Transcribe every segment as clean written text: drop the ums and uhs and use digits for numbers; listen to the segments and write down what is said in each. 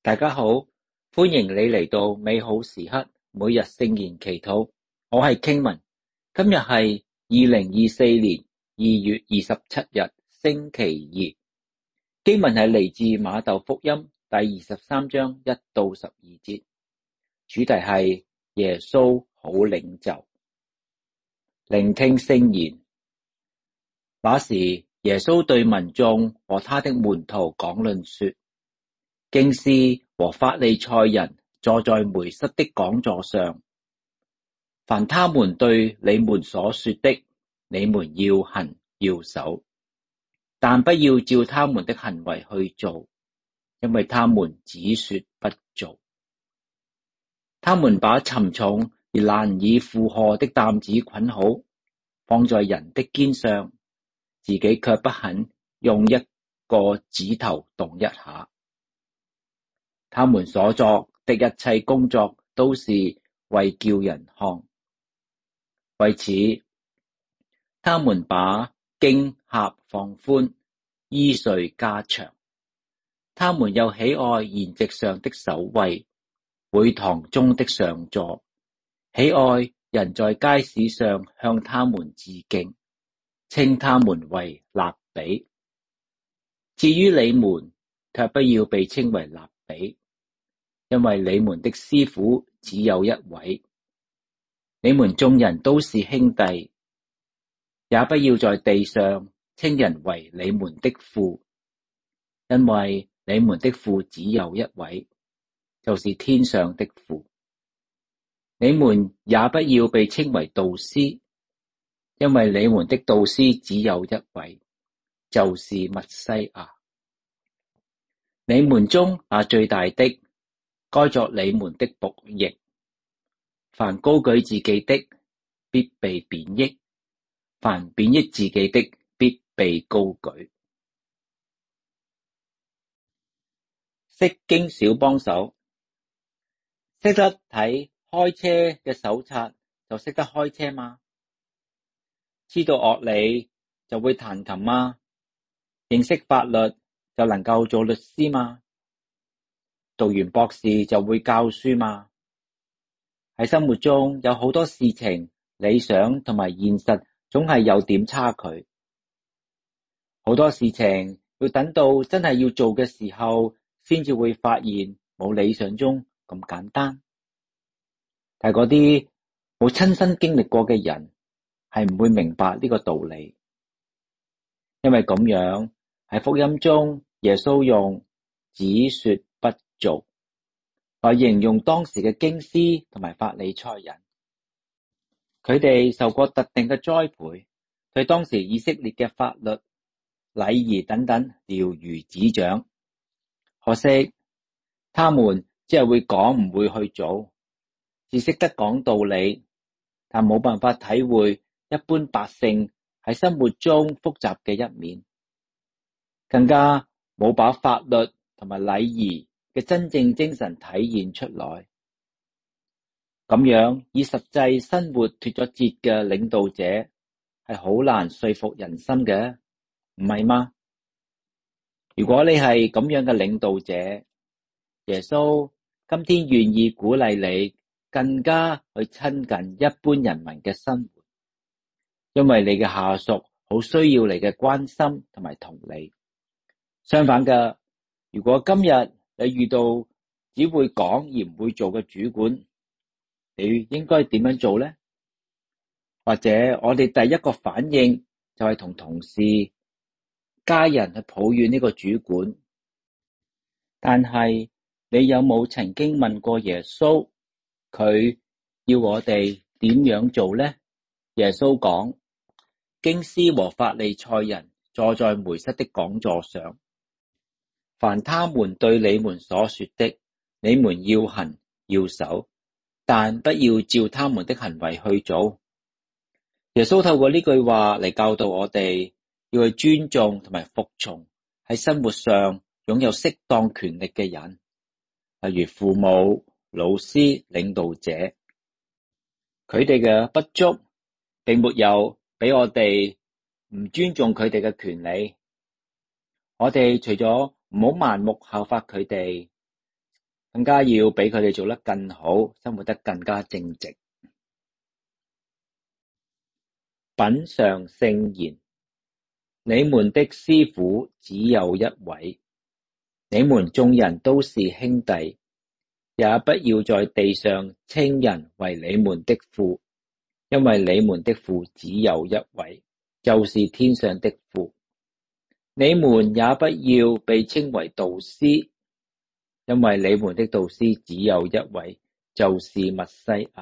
大家好，歡迎你嚟到美好時刻每日聖言祈禱。我係傾文，今日係2024年2月27日星期二。經文係嚟自馬竇福音第23章1到12節，主題係耶穌好領袖。聆聽聖言。那時，耶穌對民眾和他的門徒講論說：經師和法利賽人坐在梅瑟的講座上，凡他們對你們所說的，你們要行要守，但不要照他們的行為去做，因為他們只說不做。他們把沉重而難以負荷的擔子捆好，放在人的肩上，自己卻不肯用一個指頭動一下。他們所作的一切工作都是為叫人看。為此，他們把經匣放寬，衣繸加長。他們又喜愛筵席上的首位，會堂中的上座，喜愛人在街市上向他們致敬，稱他們為辣彼。至於你們，卻不要被稱為辣彼，因為你們的師傅只有一位。你們眾人都是兄弟，也不要在地上稱人為你們的父，因為你們的父只有一位，就是天上的父。你們也不要被稱為導師，因為你們的導師只有一位，就是默西亞。你們中那最大的，該作你們的僕役。凡高舉自己的，必被貶抑；凡貶抑自己的，必被高舉。釋經小幫手，識得睇開車嘅手冊就識得開車嗎？知道樂理就會彈琴嗎？認識法律就能夠做律師嗎？讀完博士就會教書嗎？喺生活中有好多事情，理想同埋現實總係有點差距。好多事情要等到真係要做嘅時候，先至會發現冇理想中咁簡單。但係嗰啲冇親身經歷過嘅人，係唔會明白呢個道理。因為咁樣喺福音中，耶穌用只說不做來形容當時嘅經師同埋法利賽人。佢哋受過特定嘅栽培，對當時以色列嘅法律、禮儀等等了如指掌。可惜他們只係會講，唔會去做，只識得講道理，但冇辦法體會一般百姓喺生活中複雜嘅一面，更加冇把法律同埋禮儀嘅真正精神體現出來。咁樣以實際生活脫咗節嘅領導者係好難說服人心嘅，唔係嗎？如果你係咁樣嘅領導者，耶穌今天願意鼓勵你更加去親近一般人民嘅生活，因為你嘅下屬好需要你嘅關心同埋同理。相反嘅，如果今日你遇到只會講而唔會做嘅主管，你應該點樣做呢？或者我哋第一個反應就係同同事、家人去抱怨呢個主管。但係你有冇曾經問過耶穌，佢要我哋點樣做呢？耶穌講，經師和法利賽人坐在梅瑟的講座上，凡他們對你們所說的，你們要行要守，但不要照他們的行為去做。耶穌透過呢句話嚟教導我哋要去尊重同埋服從喺生活上擁有適當權力嘅人，例如父母、老師、領導者。佢哋嘅不足並沒有俾我哋唔尊重佢哋嘅權利。我哋除咗唔好盲目效法佢哋， 更加要俾佢哋做得更好，生活得更加正直。品嚐聖言。你們的師傅只有一位，你們眾人都是兄弟，也不要在地上稱人為你們的父，因為你們的父只有一位，就是天上的父。你們也不要被稱為導師，因為你們的導師只有一位，就是默西亞。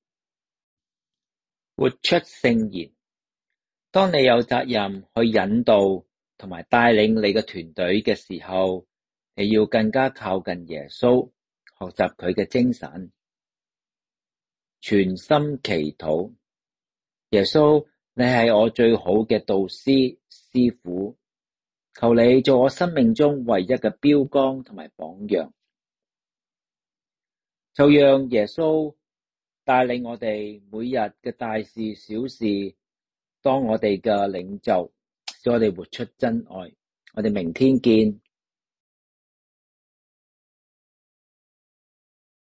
活出聖言。當你有責任去引導同埋帶領你嘅團隊嘅時候，你要更加靠近耶穌，學習佢嘅精神。全心祈禱。耶穌，你係我最好嘅導師、師傅，求你做我生命中唯一嘅標竿同埋榜樣。就讓耶穌帶領我哋每日嘅大事小事，當我哋嘅領袖，使我哋活出真愛。我哋明天見。